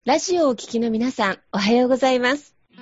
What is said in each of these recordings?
ラジオをお聞きの皆さん、おはようございます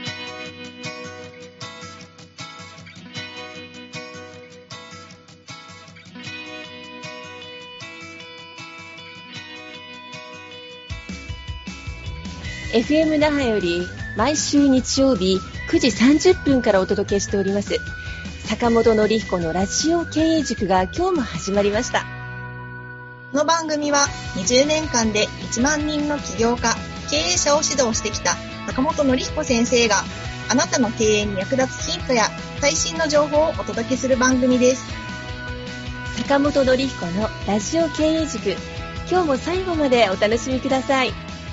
。FM 那覇より毎週日曜日9時30分からお届けしております坂本典彦のラジオ経営塾が今日も始まりました。 この番組は20年間で1万人の起業家、経営者を指導してきた坂本典彦先生があなたの経営に役立つヒントや最新の情報をお届けする番組です。 坂本典彦のラジオ経営塾、今日も最後までお楽しみください。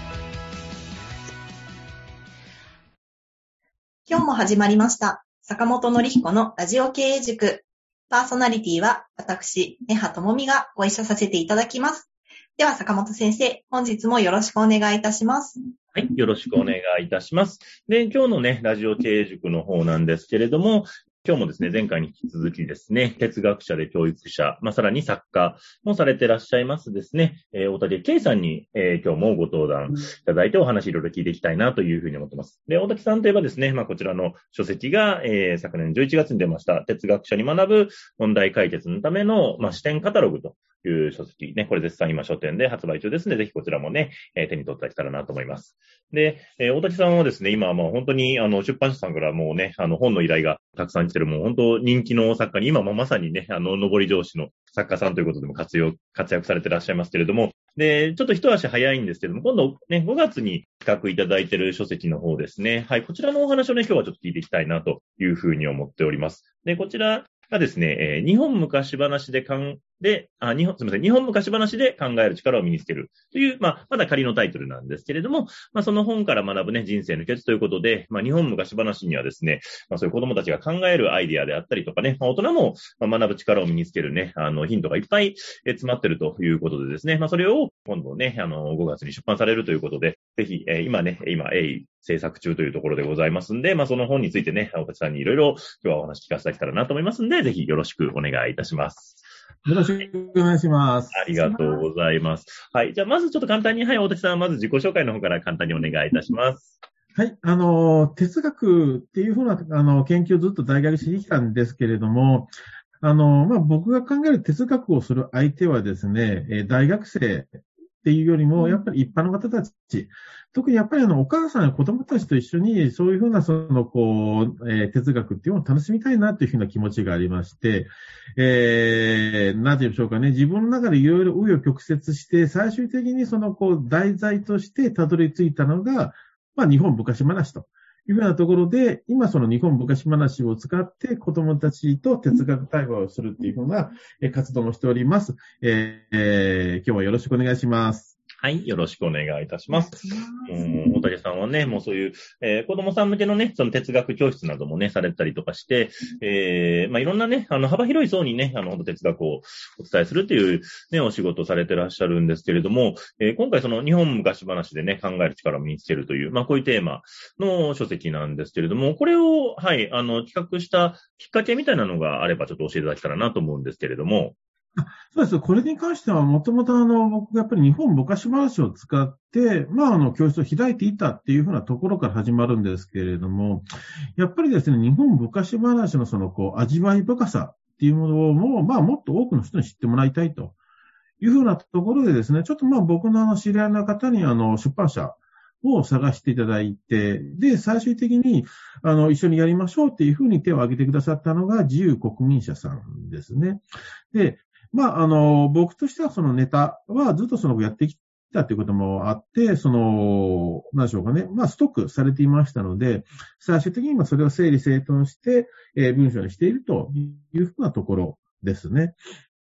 今日も始まりました坂本典彦のラジオ経営塾。パーソナリティは私、根葉智美がご一緒させていただきます。では坂本先生、本日もよろしくお願いいたします。 はい、よろしくお願いいたします。で、今日のね、ラジオ経営塾の方なんですけれども、今日もですね、前回に引き続きですね、哲学者で教育者、さらに作家もされてらっしゃいますですね、大竹圭さんに、今日もご登壇いただいてお話いろいろ聞いていきたいなというふうに思ってます。で、大竹さんといえばですね、こちらの書籍が、昨年11月に出ました、哲学者に学ぶ問題解決のための、視点カタログという書籍ね、これ絶賛今書店で発売中ですので、ぜひこちらもね、手に取っていただけたらなと思います。で、大竹さんはですね、今はもう本当に出版社さんからもうね、本の依頼がたくさん来てる、もう本当人気の作家に、今もまさにね、上り上司の作家さんということでも活躍されてらっしゃいますけれども、で、ちょっと一足早いんですけども、今度ね、5月に企画いただいている書籍の方ですね。はい、こちらのお話をね、今日はちょっと聞いていきたいなというふうに思っております。で、こちらがですね、日本昔話で日本昔話で考える力を身につけるという、まだ仮のタイトルなんですけれども、その本から学ぶね、人生の秘訣ということで、日本昔話にはですね、そういう子供たちが考えるアイディアであったりとかね、大人も学ぶ力を身につけるね、ヒントがいっぱい詰まってるということでですね、それを今度ね、5月に出版されるということで、ぜひ、今、制作中というところでございますんで、その本についてね、大竹さんにいろいろ今日はお話聞かせていただけたらなと思いますんで、ぜひよろしくお願いいたします。 よろしくお願いします。 ありがとうございます。はい。じゃあ、まずちょっと簡単に、はい、大竹さん、まず自己紹介の方から簡単にお願いいたします。 はい。哲学っていうふうな、研究をずっと大学してきたんですけれども、僕が考える哲学をする相手はですね、大学生っていうよりも、やっぱり一般の方たち、特にやっぱりお母さんや子供たちと一緒に、そういうふうな、哲学っていうのを楽しみたいなというふうな気持ちがありまして、なんて言うんでしょうかね、自分の中でいろいろ紆余曲折して、最終的に題材としてたどり着いたのが、日本昔話というふうなところで、今その日本昔話を使って子供たちと哲学対話をするっていうふうな活動もしております。今日はよろしくお願いします。 はい、よろしくお願いいたします。大竹さんはね、もうそういう、子供さん向けのね、その哲学教室などもね、されたりとかして、いろんなね、幅広い層にね、哲学をお伝えするっていうね、お仕事をされてらっしゃるんですけれども、今回その日本昔話でね、考える力を身につけるという、こういうテーマの書籍なんですけれども、これを、はい、企画したきっかけみたいなのがあればちょっと教えていただけたらなと思うんですけれども。 そうです。これに関しては、もともと僕がやっぱり日本昔話を使って、教室を開いていたっていうふうなところから始まるんですけれども、やっぱりですね、日本昔話の味わい深さっていうものも、もっと多くの人に知ってもらいたいというふうなところでですね、ちょっと僕の知り合いの方に出版社を探していただいて、で、最終的に、一緒にやりましょうっていうふうに手を挙げてくださったのが自由国民社さんですね。で、僕としてはそのネタはずっとやってきたということもあって、なんでしょうかね。ストックされていましたので、最終的にそれを整理整頓して、文章にしているというふうなところですね。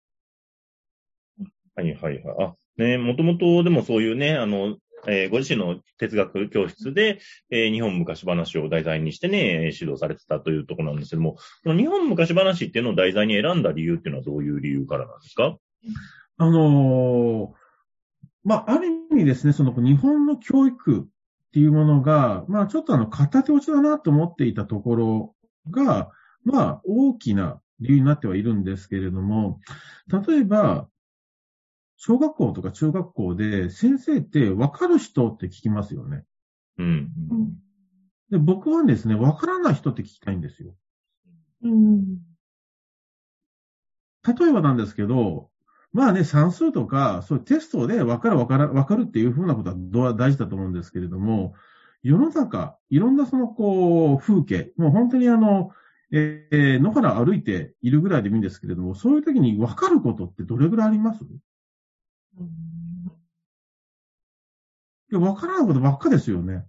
はいはいはい。ね、もともとでもそういうね、ご自身の哲学教室で、日本昔話を題材にしてね、指導されてたというところなんですけども、この日本昔話っていうのを題材に選んだ理由っていうのはどういう理由からなんですか？ ある意味ですね、日本の教育っていうものが、ちょっと片手落ちだなと思っていたところが、大きな理由になってはいるんですけれども、例えば、 小学校とか中学校で先生って分かる人って聞きますよね。 うん。 で、僕はですね、分からない人って聞きたいんですよ。 うん。 例えばなんですけど、まあね、算数とか、そういうテストで分かるっていうふうなことは大事だと思うんですけれども、世の中、いろんな風景、もう本当に野原歩いているぐらいでもいいんですけれども、そういう時に分かることってどれぐらいあります？いや、分からないことばっかですよね。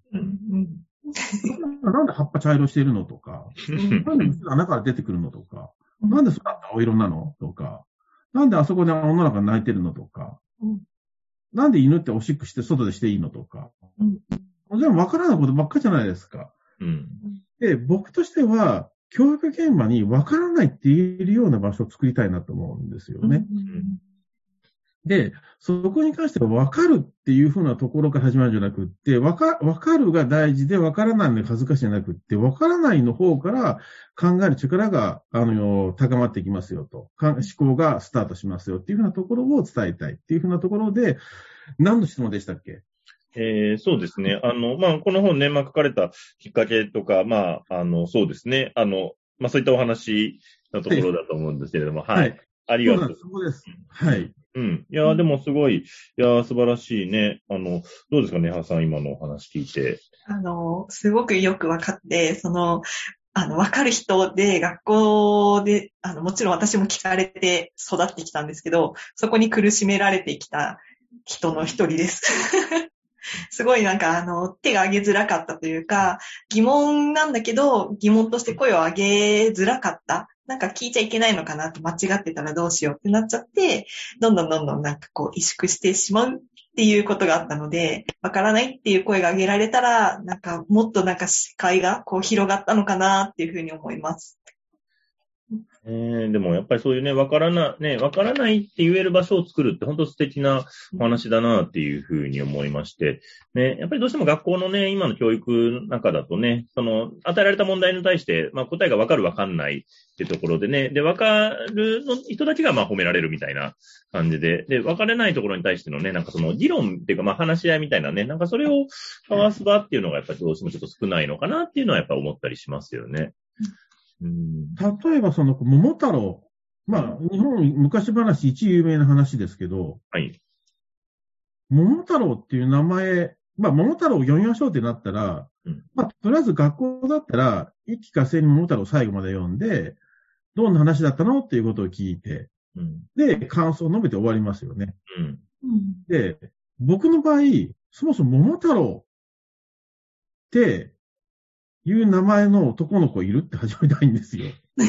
なんで葉っぱ茶色しているのとか、なんで虫が穴から出てくるのとか、なんで空って青色なのとか、なんであそこで女の子が泣いてるのとか、なんで犬っておしっこして外でしていいのとか、全部分からないことばっかじゃないですか。で、僕としては、教育現場に分からないって言えるような場所を作りたいなと思うんですよね。で、そこに関しては分かるっていう風なところから始まるんじゃなくって、分かるが大事で分からないのが恥ずかしいじゃなくって、分からないの方から考える力が、高まっていきますよと。思考がスタートしますよっていう風なところを伝えたいっていう風なところで、何の質問でしたっけ？ そうですね。この本ね、書かれたきっかけとか、そうですね。そういったお話のところだと思うんですけれども、はい。ありがとう。 そうです。はい。 いや、でもすごい、素晴らしいね。どうですかね、はさん、今のお話聞いて。 すごくよくわかって、わかる人で、学校で、もちろん私も聞かれて育ってきたんですけど、そこに苦しめられてきた人の一人です。すごい手が挙げづらかったというか、疑問なんだけど、疑問として声を上げづらかった。聞いちゃいけないのかなって、間違ってたらどうしようってなっちゃって、どんどん萎縮してしまうっていうことがあったので、わからないっていう声が上げられたら、もっと視界が広がったのかなっていうふうに思います。 でもやっぱりそういうね、わからないって言える場所を作るって本当素敵なお話だなっていうふうに思いまして、ね、やっぱりどうしても学校のね、今の教育の中だとね、与えられた問題に対して、答えがわかるわかんないってところでね、で、わかるの人だけが褒められるみたいな感じで、で、わからないところに対してのね、議論っていうか話し合いみたいなね、それを交わす場っていうのがやっぱりどうしてもちょっと少ないのかなっていうのはやっぱ思ったりしますよね。 例えば桃太郎。日本昔話一有名な話ですけど、 はい。 桃太郎っていう名前、桃太郎を読みましょうってなったら、とりあえず学校だったら、一気呵成に桃太郎を最後まで読んで、どんな話だったのっていうことを聞いて、で、感想を述べて終わりますよね。で、僕の場合、そもそも桃太郎っていう名前の男の子いるって始めたいんですよ。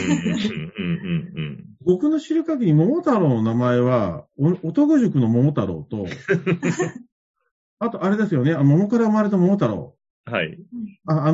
僕の知る限り桃太郎の名前は、男塾の桃太郎と、あとあれですよね、桃から生まれた桃太郎。 はい。 あ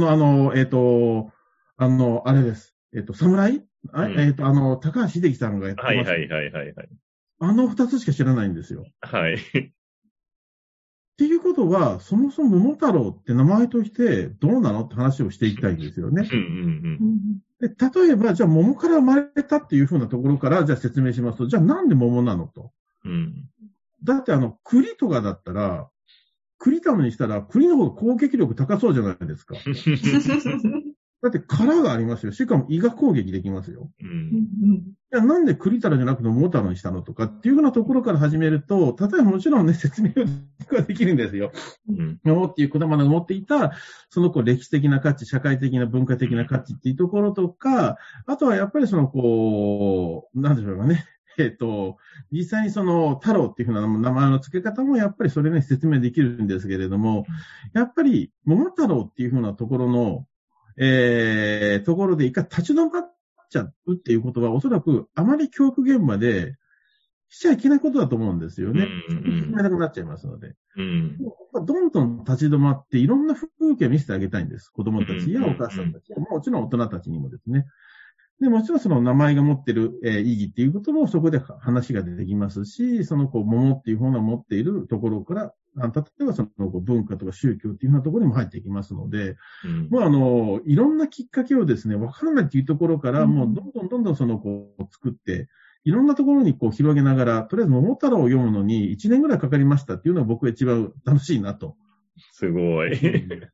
れです。侍、高橋秀樹さんがやってます。はい。二つしか知らないんですよ。 はい。 っていうことは、そもそも桃太郎って名前としてどうなのって話をしていきたいんですよね。で、例えば、じゃあ桃から生まれたっていうふうなところから、じゃあ説明しますと、じゃあなんで桃なのと。だって栗とかだったら、栗ためにしたら、栗の方が攻撃力高そうじゃないですか。だって殻がありますよ。しかも胃が攻撃できますよ。じゃあなんで栗太郎じゃなくて桃太郎にしたのとかっていうふうなところから始めると、例えばもちろんね、説明ができるんですよ。桃っていう言葉が持っていた、その歴史的な価値、社会的な文化的な価値っていうところとか、あとはやっぱりなんでしょうかね。実際に太郎っていうふうな名前の付け方もやっぱりそれね、説明できるんですけれども、やっぱり桃太郎っていうふうなところの、ところで一回立ち止まっちゃうっていうことはおそらくあまり教育現場でしちゃいけないことだと思うんですよね。進めなくなっちゃいますので。どんどん立ち止まっていろんな風景を見せてあげたいんです。子供たちやお母さんたちや、もちろん大人たちにもですね。で、もちろんその名前が持っている、意義っていうこともそこで話が出てきますし、桃っていう方が持っているところから、例えば文化とか宗教っていうようなところにも入ってきますので、いろんなきっかけをですね、わからないっていうところから、もうどんどん作っていろんなところにこう広げながら、とりあえず桃太郎を読むのに1年ぐらいかかりましたっていうのが僕が一番楽しいなと。 すごい。 ね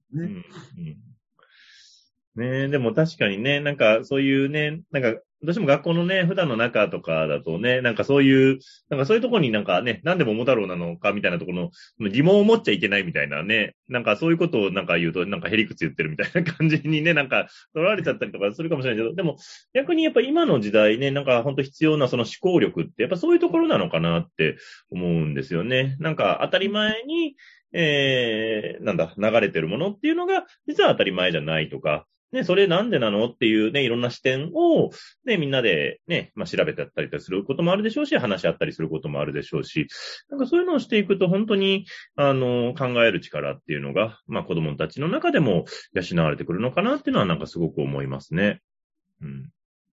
ねえ、でも確かにね、なんかそういうね、なんか、どうしても学校のね、普段の中とかだとね、なんかそういうところになんかね、なんで桃太郎なのかみたいなところの疑問を持っちゃいけないみたいなね、なんかそういうことをなんか言うと、なんかへりくつ言ってるみたいな感じにね、なんか取られちゃったりとかするかもしれないけど、でも逆にやっぱ今の時代ね、なんか本当必要なその思考力ってやっぱそういうところなのかなって思うんですよね。なんか当たり前に、流れてるものっていうのが実は当たり前じゃないとか、ね、それなんでなのっていうね、いろんな視点を、ね、みんなでね、まあ、調べてやったりすることもあるでしょうし、話し合ったりすることもあるでしょうし、なんかそういうのをしていくと本当に、考える力っていうのが、まあ、子供たちの中でも養われてくるのかなっていうのはなんかすごく思いますね。うん。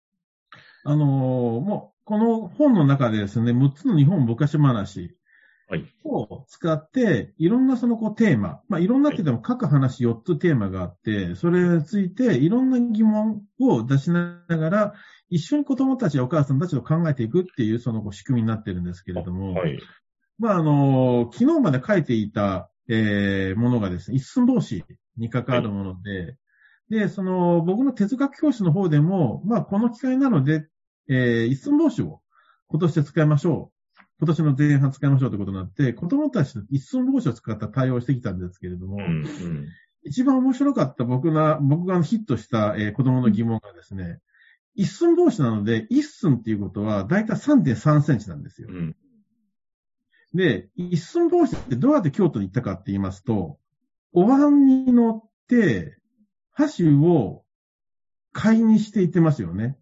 もう、この本の中でですね、6つの日本昔話を使って、いろんなそのテーマ、まあ、いろんなって言っても各話4つテーマがあって、それについていろんな疑問を出しながら、一緒に子供たちやお母さんたちと考えていくっていうその仕組みになってるんですけれども、 はい。 まあ、昨日まで書いていた、ものがですね、一寸法師に関わるもので、で、僕の哲学教室の方でも、まあ、この機会なので、一寸法師を今年で使いましょう。今年の前半使いましょうということになって、子供たちの一寸法師を使った対応をしてきたんですけれども、一番面白かった僕がヒットした、子供の疑問がですね、一寸法師なので、一寸っていうことはだいたい 3.3 センチなんですよ。で、一寸法師ってどうやって京都に行ったかって言いますと、お椀に乗って箸を買いにして行ってますよね。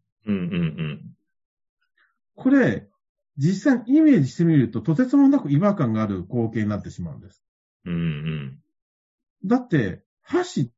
これ、実際にイメージしてみると、とてつもなく違和感がある光景になってしまうんです。だって、箸って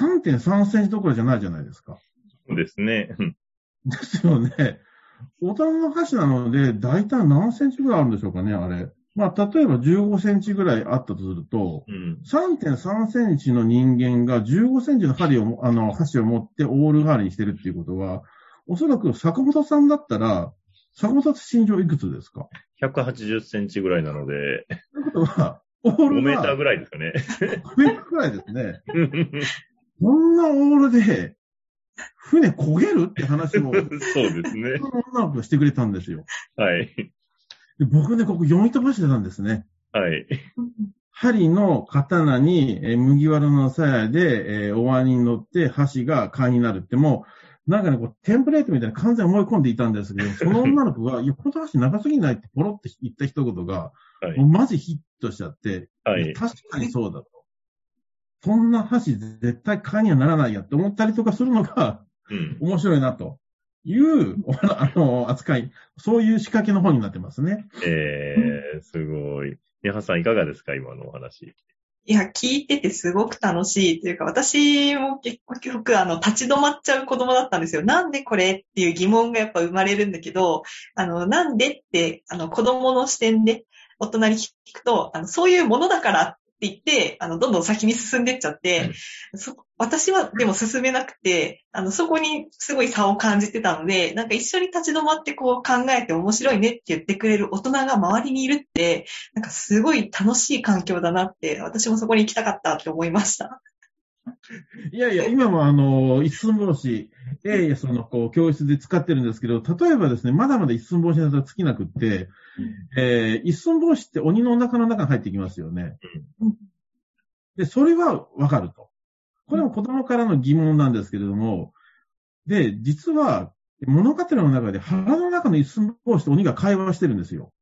3.3 センチどころじゃないじゃないですか。 そうですね。 ですよね。大人の箸なので、だいたい何センチぐらいあるんでしょうかね、あれ。まあ、例えば15センチぐらいあったとすると、3.3 センチの人間が15センチの箸を持ってオール代わりにしてるっていうことは、おそらく坂本さんだったら、坂本さん身長いくつですか？ 180 センチぐらいなので。 ということは、オール 5メーターぐらいですかね。 5メーターぐらいですね。こんなオールで、船焦げるって話を、 そうですね。 女の子がしてくれたんですよ。 はい。 で僕ね、ここ読み飛ばしてたんですね。 はい。 針の刀に麦わらの鞘でお椀に乗って箸が貝になるってもう、なんかね、テンプレートみたいな完全に思い込んでいたんですけど、その女の子が、いや、この箸長すぎないってポロって言った一言が、もうマジヒットしちゃって、確かにそうだと。そんな箸絶対貝にはならないやって思ったりとかするのが、面白いなという扱い、そういう仕掛けの本になってますね。 すごい。宮原さんいかがですか、今のお話。 いや、聞いててすごく楽しいというか、私も結局立ち止まっちゃう子供だったんですよ。なんでこれっていう疑問がやっぱ生まれるんだけど、なんでって、子供の視点で大人に聞くと、そういうものだからって言って、どんどん先に進んでっちゃって、私はでも進めなくて、そこにすごい差を感じてたので、なんか一緒に立ち止まってこう考えて面白いねって言ってくれる大人が周りにいるって、なんかすごい楽しい環境だなって、私もそこに行きたかったって思いました。 いやいや、今も一寸法師、教室で使ってるんですけど、例えばですね、まだまだ一寸法師だと尽きなくって、一寸法師って鬼のお腹の中に入ってきますよね。で、それはわかると。これも子供からの疑問なんですけれども、で、実は物語の中で腹の中の一寸法師と鬼が会話してるんですよ。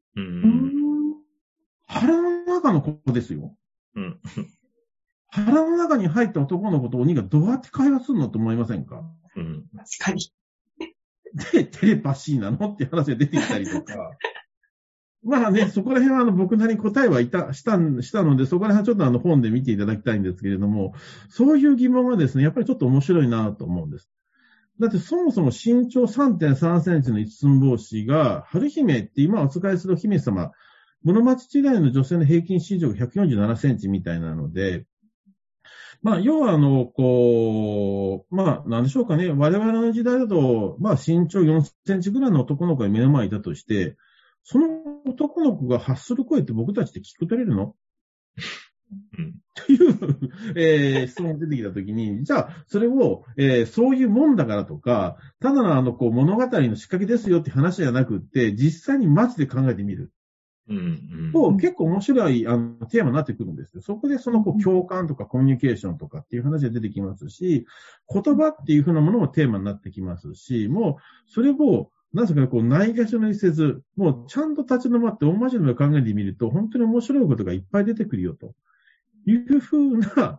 腹の中の子ですよ。腹の中に入った男の子と鬼がどうやって会話するのと思いませんか？ 確かに。 で、テレパシーなのって話が出てきたりとか。まあね、そこら辺は僕なりに答えはしたので、そこら辺はちょっと本で見ていただきたいんですけれども、そういう疑問はですね、やっぱりちょっと面白いなと思うんです。だってそもそも身長 3.3 センチの一寸法師が、春姫って今お使いする姫様、室町時代の女性の平均身長が147センチみたいなので、 要はなんでしょうかね。我々の時代だと、身長4センチぐらいの男の子が目の前にいたとして、その男の子が発する声って僕たちって聞き取れるのという、質問が出てきたときに、じゃあ、それを、そういうもんだからとか、ただの物語の仕掛けですよって話じゃなくって、実際にマジで考えてみる。結構面白いテーマになってくるんですよ。そこで共感とかコミュニケーションとかっていう話が出てきますし、言葉っていうふうなものもテーマになってきますし、もう、それを、なんですかね、ないがしろにせず、もうちゃんと立ち止まって大真面目に考えてみると、本当に面白いことがいっぱい出てくるよと。いうふうな、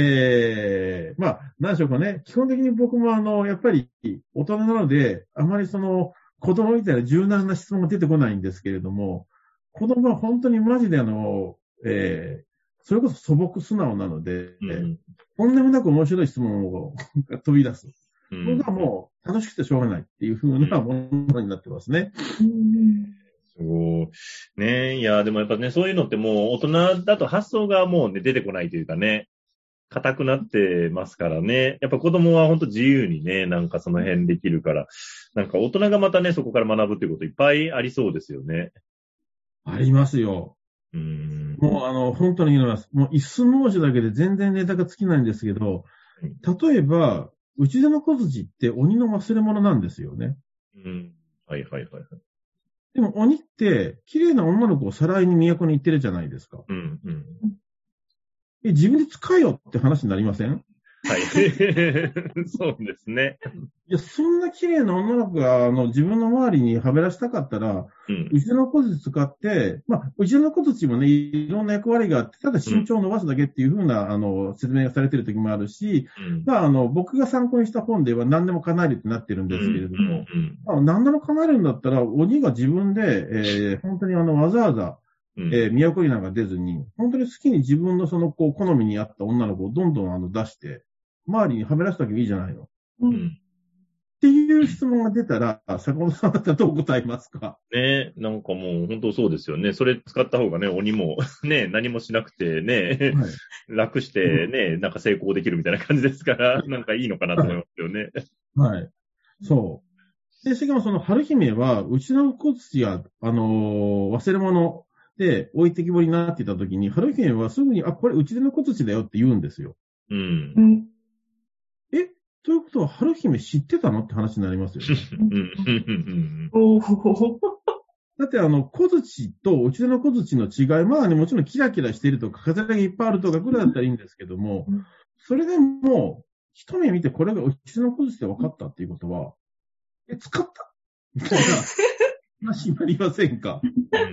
何でしょうかね。基本的に僕もやっぱり大人なので、あまり子供みたいな柔軟な質問が出てこないんですけれども、子供は本当にマジでそれこそ素朴素直なので、とんでもなく面白い質問を飛び出す。これがもう楽しくてしょうがないっていうふうなものになってますね。 そうね。いや、でもやっぱね、そういうのってもう大人だと発想がもうね、出てこないというかね、硬くなってますからね。やっぱ子供は本当自由にね、なんかその辺できるから、なんか大人がまたね、そこから学ぶっていうこといっぱいありそうですよね。 ありますよ。もう本当に言います。もう一寸法師だけで全然ネタが尽きないんですけど、例えば、うちでの小槌って鬼の忘れ物なんですよね。 はい。 でも鬼って、綺麗な女の子をさらいに都に行ってるじゃないですか。自分で使えよって話になりません？ はい。そうですね。 いや、そんな綺麗な女の子が、自分の周りにはべらしたかったら、うちの小槌使って、うちの小槌もね、いろんな役割があって、ただ身長を伸ばすだけっていう風な、説明がされている時もあるし、僕が参考にした本では何でも叶えるってなってるんですけれども、何でも叶えるんだったら、鬼が自分で、本当にわざわざ、都になんか出ずに、本当に好きに自分の好みに合った女の子をどんどん出して、周りにはめらせたわけいいじゃないの。っていう質問が出たら、坂本さんだったらどう答えますか？ ね、なんかもう本当そうですよね。それ使った方がね、鬼もね、何もしなくてね、楽してね、なんか成功できるみたいな感じですから、なんかいいのかなと思いますよね。 はい。そう。で、しかも春姫は、うちの小槌が、忘れ物で置いてきぼりになっていたときに、春姫はすぐに、これうちでの小槌だよって言うんですよ。ということは、春姫知ってたのって話になりますよね。だって、小槌とうちでの小槌の違い、もちろんキラキラしているとか、飾りがいっぱいあるとかぐらいだったらいいんですけども、それでも、一目見てこれがうちの小槌で分かったっていうことは、使ったみたいな話になりませんか？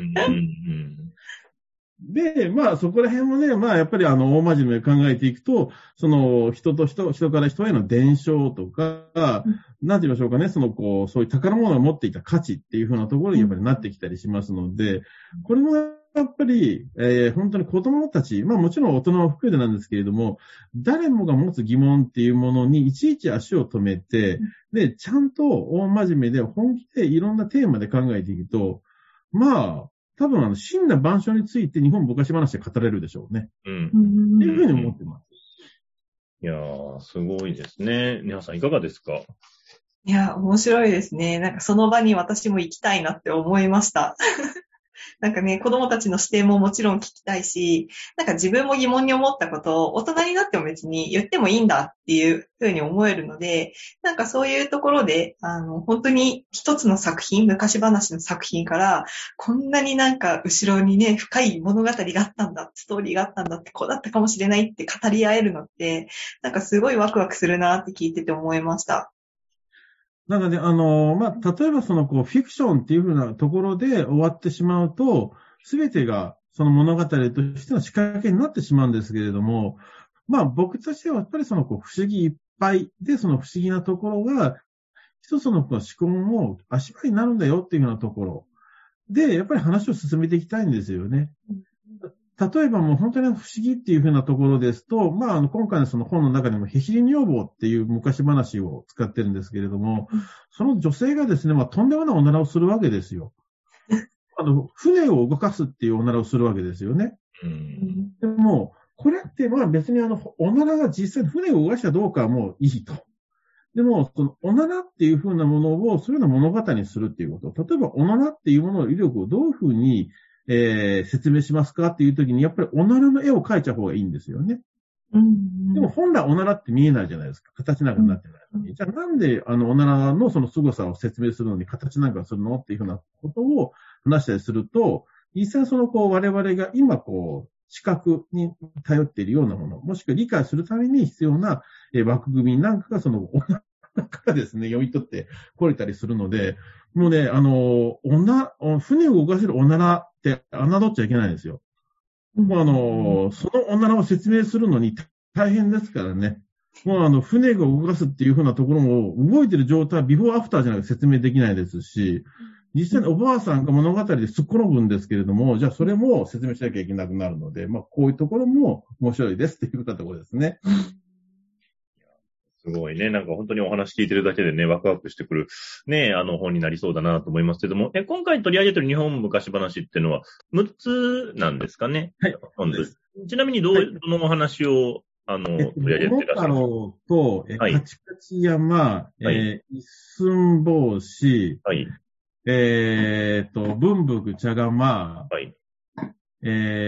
で、そこら辺もね、やっぱり大真面目に考えていくと、人から人への伝承とか、なんて言いましょうかね、そういう宝物を持っていた価値っていう風なところにやっぱりなってきたりしますので、これもやっぱり、本当に子供たち、もちろん大人も含めてなんですけれども、誰もが持つ疑問っていうものにいちいち足を止めて、で、ちゃんと大真面目で本気でいろんなテーマで考えていくと、多分真羅万象について日本昔話で語れるでしょうね。っていうふうに思ってます。 いやー、すごいですね。皆さんいかがですか？ いや、面白いですね。なんかその場に私も行きたいなって思いました。なんかね、子供たちの視点ももちろん聞きたいし、なんか自分も疑問に思ったことを大人になっても別に言ってもいいんだっていうふうに思えるので、なんかそういうところで、本当に一つの作品、昔話の作品から、こんなになんか後ろにね、深い物語があったんだ、ストーリーがあったんだって、こうだったかもしれないって語り合えるのって、なんかすごいワクワクするなって聞いてて思いました。 なので、例えばフィクションっていう風なところで終わってしまうと、すべてがその物語としての仕掛けになってしまうんですけれども、僕としてはやっぱり不思議いっぱいで、その不思議なところが、一つの思考も足場になるんだよっていうようなところで、やっぱり話を進めていきたいんですよね。例えばもう本当に不思議っていう風なところですと、今回のその本の中にもヘヒリ女房っていう昔話を使ってるんですけれども、その女性がですね、とんでもないおならをするわけですよ。船を動かすっていうおならをするわけですよね。でも、 これってまあ別におならが実際に船を動かしたどうかはもういいと。でも、そのおならっていう風なものをそういうような物語にするっていうこと。例えばおならっていうものの威力をどういう風に、説明しますかっていうときに、やっぱりおならの絵を描いちゃう方がいいんですよね。でも本来おならって見えないじゃないですか。形なんかになってないのに。じゃあなんでおならのその凄さを説明するのに形なんかするのっていうふうなことを話したりすると、実際その我々が今視覚に頼っているようなもの、もしくは理解するために必要な枠組みなんかがそのおならからですね、読み取ってこれたりするので、もうね、船を動かせるおならって侮っちゃいけないんですよ。もうそのおならを説明するのに大変ですからね。もう船が動かすっていう風なところも、動いてる状態はビフォーアフターじゃなくて説明できないですし、実際におばあさんが物語ですっ転ぶんですけれども、じゃあそれも説明しなきゃいけなくなるので、まあこういうところも面白いですっていうところですね。 すごいね。なんか本当にお話聞いてるだけでね、ワクワクしてくるね、本になりそうだなと思いますけども、今回取り上げてる日本昔話っていうのは6つなんですかね。はい。本当です。ちなみにどのお話を、取り上げてらっしゃるんですか？桃太郎と、カチカチ山、一寸法師、はい。文福茶釜、はい。ち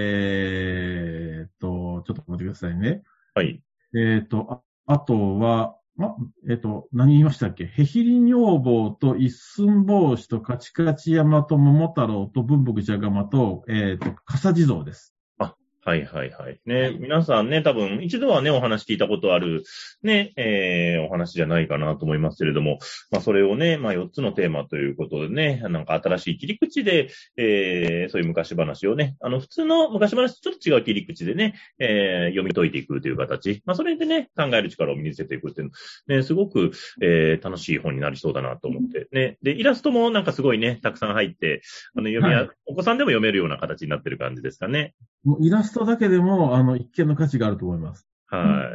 ょっと待ってくださいね。はい。あとは、何言いましたっけ？へひり女房と一寸法師とカチカチ山と桃太郎と文福茶釜と、笠地蔵です。 はいはいはい。ね、皆さんね、多分一度はね、お話聞いたことある、ね、お話じゃないかなと思いますけれども、まあそれをね、まあ4つのテーマということでね、なんか新しい切り口で、そういう昔話をね、普通の昔話とちょっと違う切り口でね、読み解いていくという形。まあそれでね、考える力を身につけていくっていうの、ね、すごく、楽しい本になりそうだなと思って。ね、で、イラストもなんかすごいね、たくさん入って、お子さんでも読めるような形になってる感じですかね。 もうイラストだけでも、一見の価値があると思います。 はい。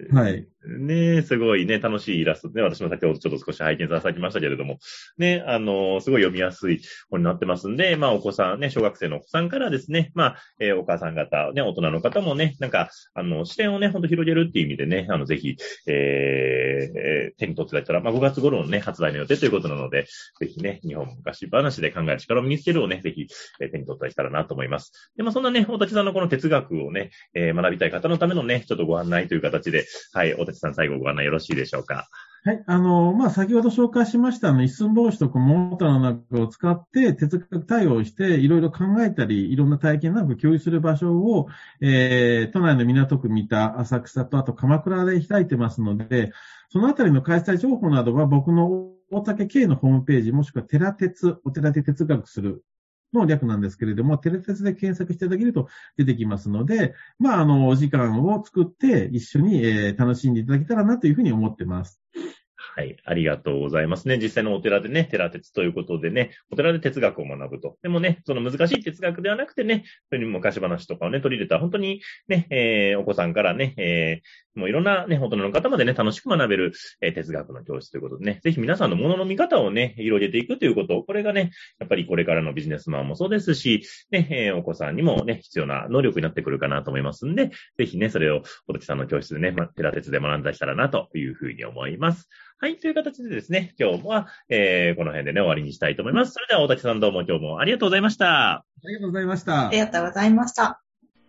はい。ねえ、すごいね、楽しいイラストね。私も先ほどちょっと少し拝見させてきましたけれども、ね、すごい読みやすい本になってますんで、まあ、お子さんね、小学生のお子さんからですね、まあ、お母さん方、ね、大人の方もね、なんか、視点をね、ほんと広げるっていう意味でね、ぜひ、手に取っていただいたら、まあ、5月頃のね、発売の予定ということなので、ぜひね、日本昔話で考える力を身につけるをね、ぜひ、手に取っていただけたらなと思います。で、まあ、そんなね、大滝さんのこの哲学をね、学びたい方のためのね、ちょっとご案内という形で、はい、大滝さん最後ご案内よろしいでしょうか。 はい、まあ、先ほど紹介しました一寸法師と桃太郎なんかを使って哲学対応していろいろ考えたり、いろんな体験なんか共有する場所を、都内の港区三田、浅草とあと鎌倉で開いてますので、そのあたりの開催情報などは僕の大竹Kのホームページもしくは寺哲、お寺で哲学するの略なんですけれども、テレテツで検索していただけると出てきますので、まあ、お時間を作って一緒に、楽しんでいただけたらなというふうに思ってます。 はい。ありがとうございますね。実際のお寺でね、寺哲ということでね、お寺で哲学を学ぶと。でもね、その難しい哲学ではなくてね、そういう昔話とかをね、取り入れた、本当にね、お子さんからね、もういろんなね、大人の方までね、楽しく学べる、哲学の教室ということでね、ぜひ皆さんのものの見方をね、広げていくということ、これがね、やっぱりこれからのビジネスマンもそうですし、ね、お子さんにもね、必要な能力になってくるかなと思いますんで、ぜひね、それを小滝さんの教室でね、寺哲で学んだりしたらなというふうに思います。はい、という形でですね、今日は、この辺でね、終わりにしたいと思います。それでは大滝さんどうも今日もありがとうございました。 ありがとうございました。 ありがとうございました。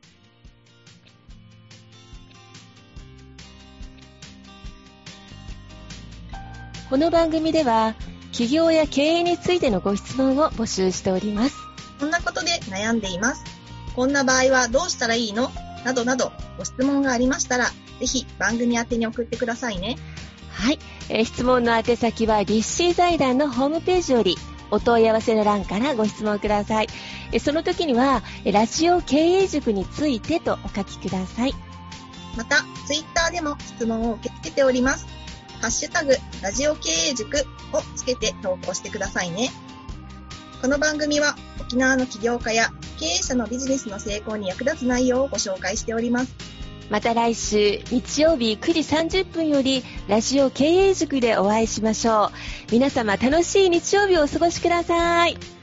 この番組では、起業や経営についてのご質問を募集しております。 こんなことで悩んでいます。こんな場合はどうしたらいいの？などなど、ご質問がありましたら、ぜひ番組宛てに送ってくださいね。 はい、質問の宛先は立志財団のホームページよりお問い合わせの欄からご質問ください。その時にはラジオ経営塾についてとお書きください。 またツイッターでも質問を受け付けております。ハッシュタグラジオ経営塾をつけて投稿してくださいね。この番組は沖縄の起業家や経営者のビジネスの成功に役立つ内容をご紹介しております。 また来週日曜日9時30分よりラジオ経営塾でお会いしましょう。皆様楽しい日曜日をお過ごしください。